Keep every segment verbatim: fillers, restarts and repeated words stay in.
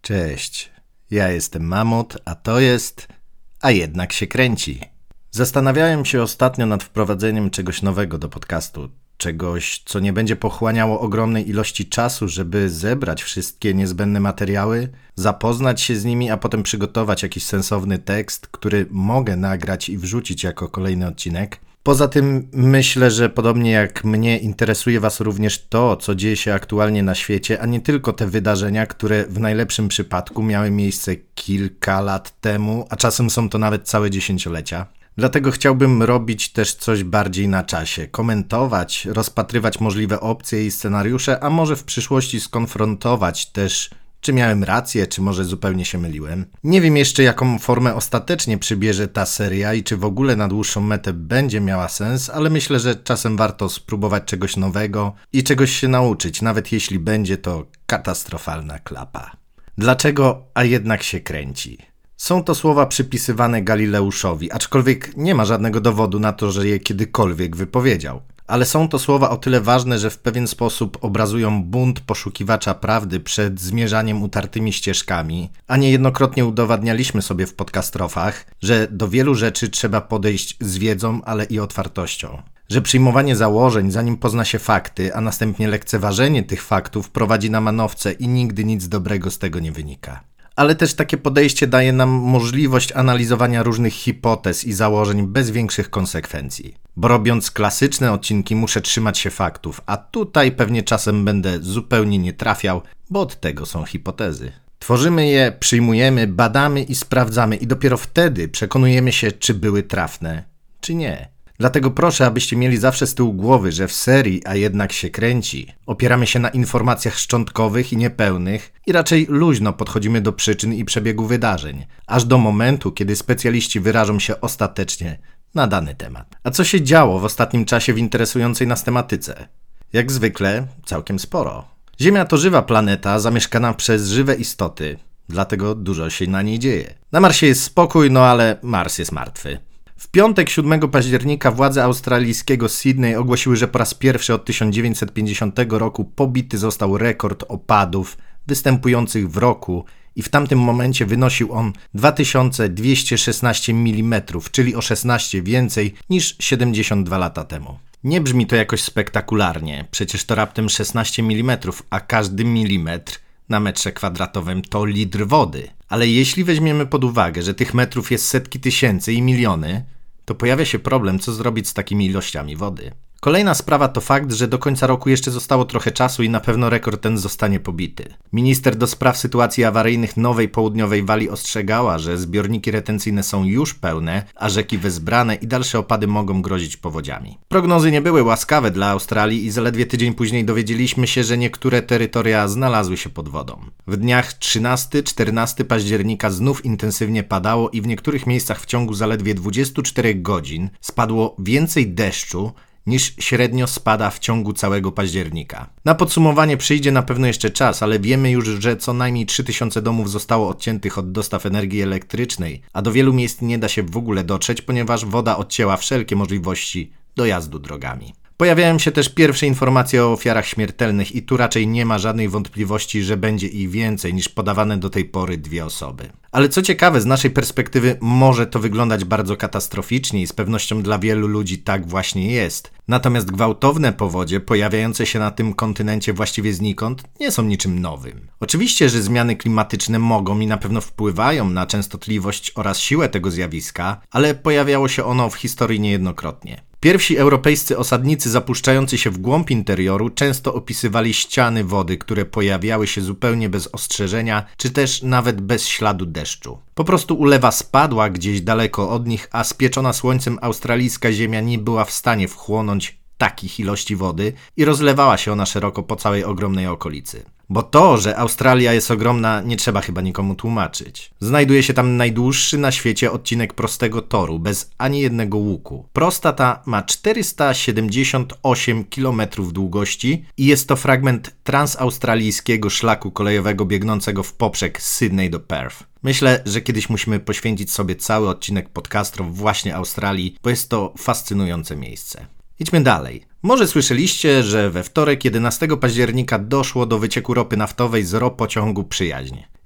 Cześć, ja jestem Mamut, a to jest A jednak się kręci. Zastanawiałem się ostatnio nad wprowadzeniem czegoś nowego do podcastu. Czegoś, co nie będzie pochłaniało ogromnej ilości czasu, żeby zebrać wszystkie niezbędne materiały, zapoznać się z nimi, a potem przygotować jakiś sensowny tekst, który mogę nagrać i wrzucić jako kolejny odcinek. Poza tym myślę, że podobnie jak mnie interesuje Was również to, co dzieje się aktualnie na świecie, a nie tylko te wydarzenia, które w najlepszym przypadku miały miejsce kilka lat temu, a czasem są to nawet całe dziesięciolecia. Dlatego chciałbym robić też coś bardziej na czasie, komentować, rozpatrywać możliwe opcje i scenariusze, a może w przyszłości skonfrontować też, czy miałem rację, czy może zupełnie się myliłem. Nie wiem jeszcze, jaką formę ostatecznie przybierze ta seria i czy w ogóle na dłuższą metę będzie miała sens, ale myślę, że czasem warto spróbować czegoś nowego i czegoś się nauczyć, nawet jeśli będzie to katastrofalna klapa. Dlaczego A jednak się kręci? Są to słowa przypisywane Galileuszowi, aczkolwiek nie ma żadnego dowodu na to, że je kiedykolwiek wypowiedział. Ale są to słowa o tyle ważne, że w pewien sposób obrazują bunt poszukiwacza prawdy przed zmierzaniem utartymi ścieżkami, a niejednokrotnie udowadnialiśmy sobie w podcastrofach, że do wielu rzeczy trzeba podejść z wiedzą, ale i otwartością. Że przyjmowanie założeń, zanim pozna się fakty, a następnie lekceważenie tych faktów prowadzi na manowce i nigdy nic dobrego z tego nie wynika. Ale też takie podejście daje nam możliwość analizowania różnych hipotez i założeń bez większych konsekwencji. Bo robiąc klasyczne odcinki muszę trzymać się faktów, a tutaj pewnie czasem będę zupełnie nie trafiał, bo od tego są hipotezy. Tworzymy je, przyjmujemy, badamy i sprawdzamy i dopiero wtedy przekonujemy się, czy były trafne, czy nie. Dlatego proszę, abyście mieli zawsze z tyłu głowy, że w serii A jednak się kręci opieramy się na informacjach szczątkowych i niepełnych i raczej luźno podchodzimy do przyczyn i przebiegu wydarzeń, aż do momentu, kiedy specjaliści wyrażą się ostatecznie na dany temat. A co się działo w ostatnim czasie w interesującej nas tematyce? Jak zwykle całkiem sporo. Ziemia to żywa planeta zamieszkana przez żywe istoty, dlatego dużo się na niej dzieje. Na Marsie jest spokój, no ale Mars jest martwy. W piątek siódmego października władze australijskiego Sydney ogłosiły, że po raz pierwszy od tysiąc dziewięćset pięćdziesiątego roku pobity został rekord opadów występujących w roku i w tamtym momencie wynosił on dwa tysiące dwieście szesnaście milimetrów, czyli o szesnaście więcej niż siedemdziesiąt dwa lata temu. Nie brzmi to jakoś spektakularnie, przecież to raptem szesnaście milimetrów, a każdy milimetr na metrze kwadratowym to litr wody. Ale jeśli weźmiemy pod uwagę, że tych metrów jest setki tysięcy i miliony, to pojawia się problem, co zrobić z takimi ilościami wody. Kolejna sprawa to fakt, że do końca roku jeszcze zostało trochę czasu i na pewno rekord ten zostanie pobity. Minister do spraw sytuacji awaryjnych Nowej Południowej Walii ostrzegała, że zbiorniki retencyjne są już pełne, a rzeki wezbrane i dalsze opady mogą grozić powodziami. Prognozy nie były łaskawe dla Australii i zaledwie tydzień później dowiedzieliśmy się, że niektóre terytoria znalazły się pod wodą. W dniach trzynastego do czternastego października znów intensywnie padało i w niektórych miejscach w ciągu zaledwie dwudziestu czterech godzin spadło więcej deszczu niż średnio spada w ciągu całego października. Na podsumowanie przyjdzie na pewno jeszcze czas, ale wiemy już, że co najmniej trzy tysiące domów zostało odciętych od dostaw energii elektrycznej, a do wielu miejsc nie da się w ogóle dotrzeć, ponieważ woda odcięła wszelkie możliwości dojazdu drogami. Pojawiają się też pierwsze informacje o ofiarach śmiertelnych i tu raczej nie ma żadnej wątpliwości, że będzie ich więcej niż podawane do tej pory dwie osoby. Ale co ciekawe, z naszej perspektywy może to wyglądać bardzo katastroficznie i z pewnością dla wielu ludzi tak właśnie jest. Natomiast gwałtowne powodzie pojawiające się na tym kontynencie właściwie znikąd nie są niczym nowym. Oczywiście, że zmiany klimatyczne mogą i na pewno wpływają na częstotliwość oraz siłę tego zjawiska, ale pojawiało się ono w historii niejednokrotnie. Pierwsi europejscy osadnicy zapuszczający się w głąb interioru często opisywali ściany wody, które pojawiały się zupełnie bez ostrzeżenia, czy też nawet bez śladu deszczu. Po prostu ulewa spadła gdzieś daleko od nich, a spieczona słońcem australijska ziemia nie była w stanie wchłonąć takich ilości wody i rozlewała się ona szeroko po całej ogromnej okolicy. Bo to, że Australia jest ogromna, nie trzeba chyba nikomu tłumaczyć. Znajduje się tam najdłuższy na świecie odcinek prostego toru, bez ani jednego łuku. Prosta ta ma czterysta siedemdziesiąt osiem kilometrów długości i jest to fragment transaustralijskiego szlaku kolejowego biegnącego w poprzek z Sydney do Perth. Myślę, że kiedyś musimy poświęcić sobie cały odcinek podcastrów właśnie Australii, bo jest to fascynujące miejsce. Idźmy dalej. Może słyszeliście, że we wtorek jedenastego października doszło do wycieku ropy naftowej z ropociągu Przyjaźń.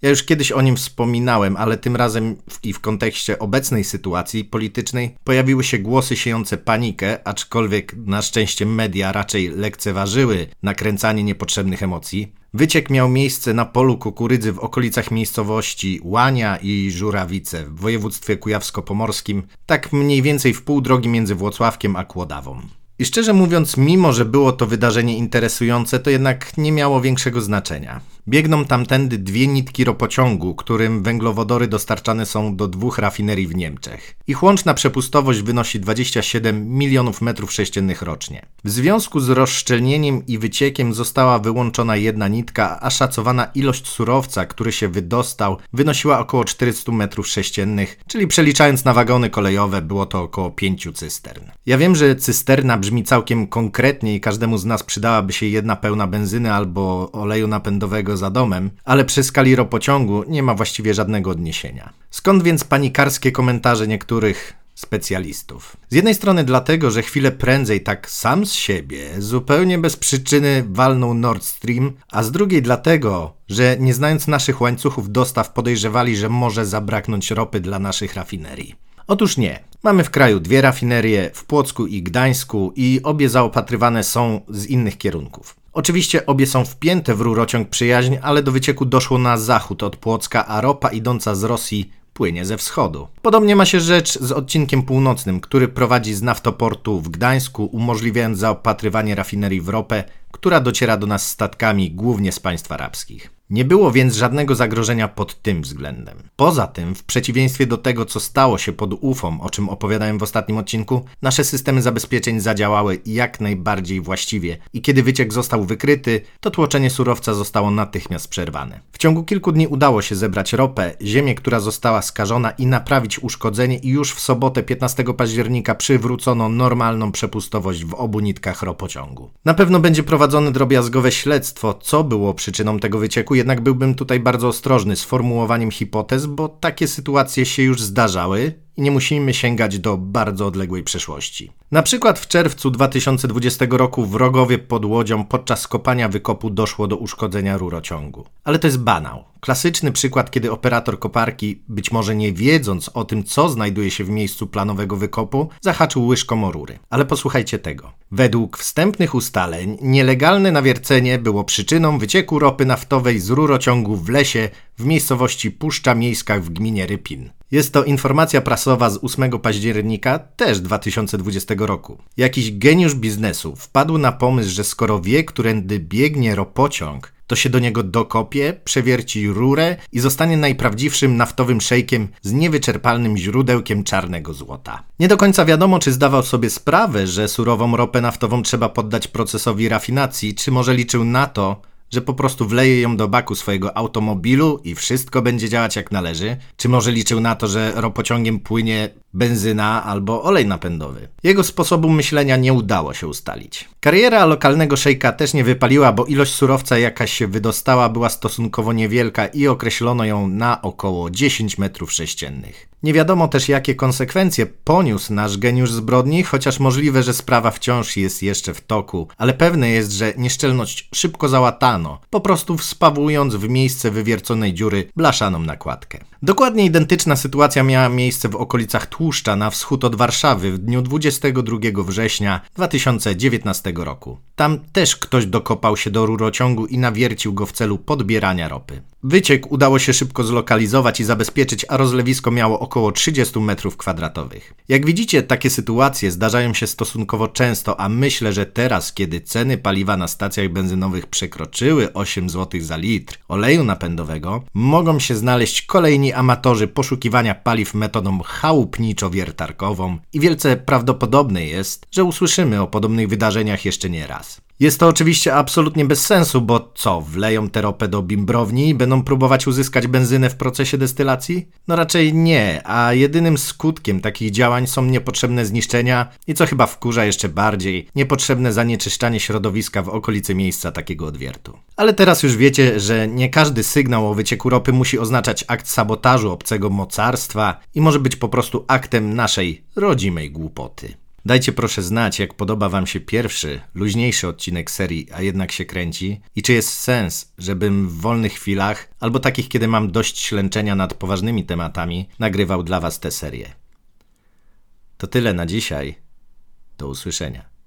Ja już kiedyś o nim wspominałem, ale tym razem w, i w kontekście obecnej sytuacji politycznej pojawiły się głosy siejące panikę, aczkolwiek na szczęście media raczej lekceważyły nakręcanie niepotrzebnych emocji. Wyciek miał miejsce na polu kukurydzy w okolicach miejscowości Łania i Żurawice w województwie kujawsko-pomorskim, tak mniej więcej w pół drogi między Włocławkiem a Kłodawą. I szczerze mówiąc, mimo że było to wydarzenie interesujące, to jednak nie miało większego znaczenia. Biegną tamtędy dwie nitki ropociągu, którym węglowodory dostarczane są do dwóch rafinerii w Niemczech. Ich łączna przepustowość wynosi dwadzieścia siedem milionów metrów sześciennych rocznie. W związku z rozszczelnieniem i wyciekiem została wyłączona jedna nitka, a szacowana ilość surowca, który się wydostał, wynosiła około czterysta metrów sześciennych, czyli przeliczając na wagony kolejowe było to około pięciu cystern. Ja wiem, że cysterna brzmi całkiem konkretnie i każdemu z nas przydałaby się jedna pełna benzyny albo oleju napędowego za domem, ale przy skali ropociągu nie ma właściwie żadnego odniesienia. Skąd więc panikarskie komentarze niektórych specjalistów? Z jednej strony dlatego, że chwilę prędzej tak sam z siebie, zupełnie bez przyczyny walnął Nord Stream, a z drugiej dlatego, że nie znając naszych łańcuchów dostaw podejrzewali, że może zabraknąć ropy dla naszych rafinerii. Otóż nie. Mamy w kraju dwie rafinerie, w Płocku i Gdańsku, i obie zaopatrywane są z innych kierunków. Oczywiście obie są wpięte w rurociąg Przyjaźń, ale do wycieku doszło na zachód od Płocka, a ropa idąca z Rosji płynie ze wschodu. Podobnie ma się rzecz z odcinkiem północnym, który prowadzi z naftoportu w Gdańsku, umożliwiając zaopatrywanie rafinerii w ropę, która dociera do nas statkami głównie z państw arabskich. Nie było więc żadnego zagrożenia pod tym względem. Poza tym, w przeciwieństwie do tego, co stało się pod Ufą, o czym opowiadałem w ostatnim odcinku, nasze systemy zabezpieczeń zadziałały jak najbardziej właściwie i kiedy wyciek został wykryty, to tłoczenie surowca zostało natychmiast przerwane. W ciągu kilku dni udało się zebrać ropę, ziemię, która została skażona, i naprawić uszkodzenie, i już w sobotę piętnastego października przywrócono normalną przepustowość w obu nitkach ropociągu. Na pewno będzie prowadzone drobiazgowe śledztwo, co było przyczyną tego wycieku, jednak byłbym tutaj bardzo ostrożny z formułowaniem hipotez, bo takie sytuacje się już zdarzały i nie musimy sięgać do bardzo odległej przeszłości. Na przykład w czerwcu dwa tysiące dwudziestego roku w Rogowie pod Łodzią podczas kopania wykopu doszło do uszkodzenia rurociągu. Ale to jest banał. Klasyczny przykład, kiedy operator koparki, być może nie wiedząc o tym, co znajduje się w miejscu planowego wykopu, zahaczył łyżką o rury. Ale posłuchajcie tego. Według wstępnych ustaleń nielegalne nawiercenie było przyczyną wycieku ropy naftowej z rurociągu w lesie w miejscowości Puszcza Miejska w gminie Rypin. Jest to informacja prasowa z ósmego października, też dwa tysiące dwudziestego roku. Jakiś geniusz biznesu wpadł na pomysł, że skoro wie, którędy biegnie ropociąg, to się do niego dokopie, przewierci rurę i zostanie najprawdziwszym naftowym szejkiem z niewyczerpalnym źródełkiem czarnego złota. Nie do końca wiadomo, czy zdawał sobie sprawę, że surową ropę naftową trzeba poddać procesowi rafinacji, czy może liczył na to, że po prostu wleje ją do baku swojego automobilu i wszystko będzie działać jak należy, czy może liczył na to, że ropociągiem płynie benzyna albo olej napędowy. Jego sposobu myślenia nie udało się ustalić. Kariera lokalnego szejka też nie wypaliła, bo ilość surowca, jaka się wydostała, była stosunkowo niewielka i określono ją na około dziesięć metrów sześciennych. Nie wiadomo też, jakie konsekwencje poniósł nasz geniusz zbrodni, chociaż możliwe, że sprawa wciąż jest jeszcze w toku, ale pewne jest, że nieszczelność szybko załatano, po prostu wspawując w miejsce wywierconej dziury blaszaną nakładkę. Dokładnie identyczna sytuacja miała miejsce w okolicach Tłuszcza na wschód od Warszawy w dniu dwudziestego drugiego września dwa tysiące dziewiętnastego roku. Tam też ktoś dokopał się do rurociągu i nawiercił go w celu podbierania ropy. Wyciek udało się szybko zlokalizować i zabezpieczyć, a rozlewisko miało około trzydzieści metrów kwadratowych. Jak widzicie, takie sytuacje zdarzają się stosunkowo często, a myślę, że teraz, kiedy ceny paliwa na stacjach benzynowych przekroczyły osiem złotych za litr oleju napędowego, mogą się znaleźć kolejni amatorzy poszukiwania paliw metodą chałupniczo-wiertarkową i wielce prawdopodobne jest, że usłyszymy o podobnych wydarzeniach jeszcze nie raz. Jest to oczywiście absolutnie bez sensu, bo co, wleją tę ropę do bimbrowni i będą próbować uzyskać benzynę w procesie destylacji? No raczej nie, a jedynym skutkiem takich działań są niepotrzebne zniszczenia i co chyba wkurza jeszcze bardziej, niepotrzebne zanieczyszczanie środowiska w okolicy miejsca takiego odwiertu. Ale teraz już wiecie, że nie każdy sygnał o wycieku ropy musi oznaczać akt sabotażu obcego mocarstwa i może być po prostu aktem naszej rodzimej głupoty. Dajcie proszę znać, jak podoba wam się pierwszy, luźniejszy odcinek serii, a jednak się kręci i czy jest sens, żebym w wolnych chwilach, albo takich, kiedy mam dość ślęczenia nad poważnymi tematami, nagrywał dla was tę serię. To tyle na dzisiaj. Do usłyszenia.